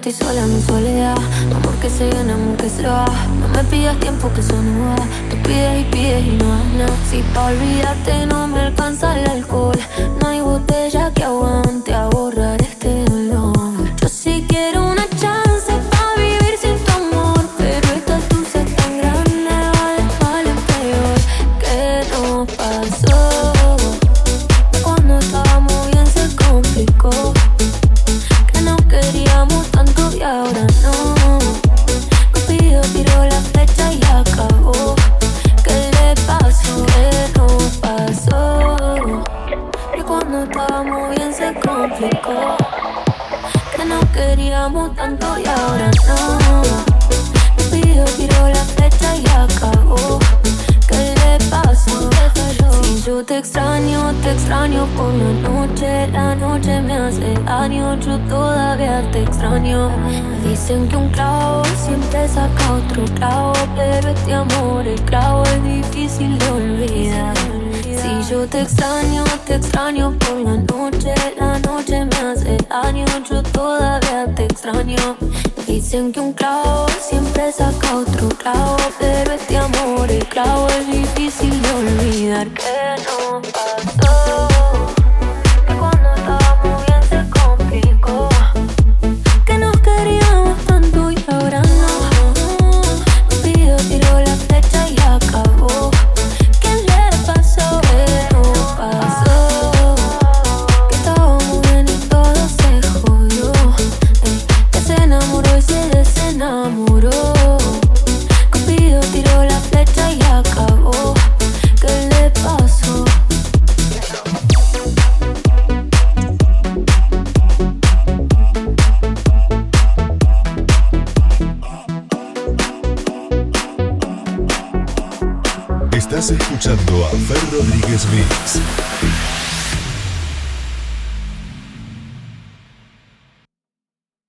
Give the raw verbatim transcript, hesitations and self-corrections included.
estoy sola en mi soledad. Amor que se gana, amor que se va. No me pidas tiempo que eso no va. Tú pides y pides y no das nada. Si pa' olvidarte no me alcanza el alcohol, no hay botella que aguante a borrar este dolor. Yo sí quiero una chance pa' vivir sin tu amor, pero esta tuya es tan grande, vale, vale peor. ¿Qué nos pasó? Cuando estábamos bien se complicó, que no queríamos tanto y ahora no. Cupido tiró la flecha y acabó. ¿Qué le pasó? ¿Qué nos pasó? Que cuando estábamos bien se complicó, que no queríamos tanto y ahora no. Cupido tiró la flecha y acabó. ¿Qué le pasó? ¿Qué falló? Si yo te extraño, te extraño por la noche. La noche me hace daño, yo todavía te extraño. Dicen que un clavo siempre saca otro clavo, pero este amor, el clavo es difícil de olvidar. Si yo te extraño, te extraño por la noche. La noche me hace daño, yo todavía te extraño. Dicen que un clavo siempre saca otro clavo, pero este amor, el clavo es difícil de olvidar. ¿Qué nos pasó? Que cuando estábamos bien se complicó, que nos queríamos tanto y ahora no. Cupido tiró la flecha y acabó. ¿Qué le pasó? ¿Qué nos pasó? Que estábamos bien y todo se jodió. Ey, que se enamoró y se desenamoró. Cupido tiró la flecha y acabó. ¿Qué le pasó? Estás escuchando a Fer Rodríguez Mix.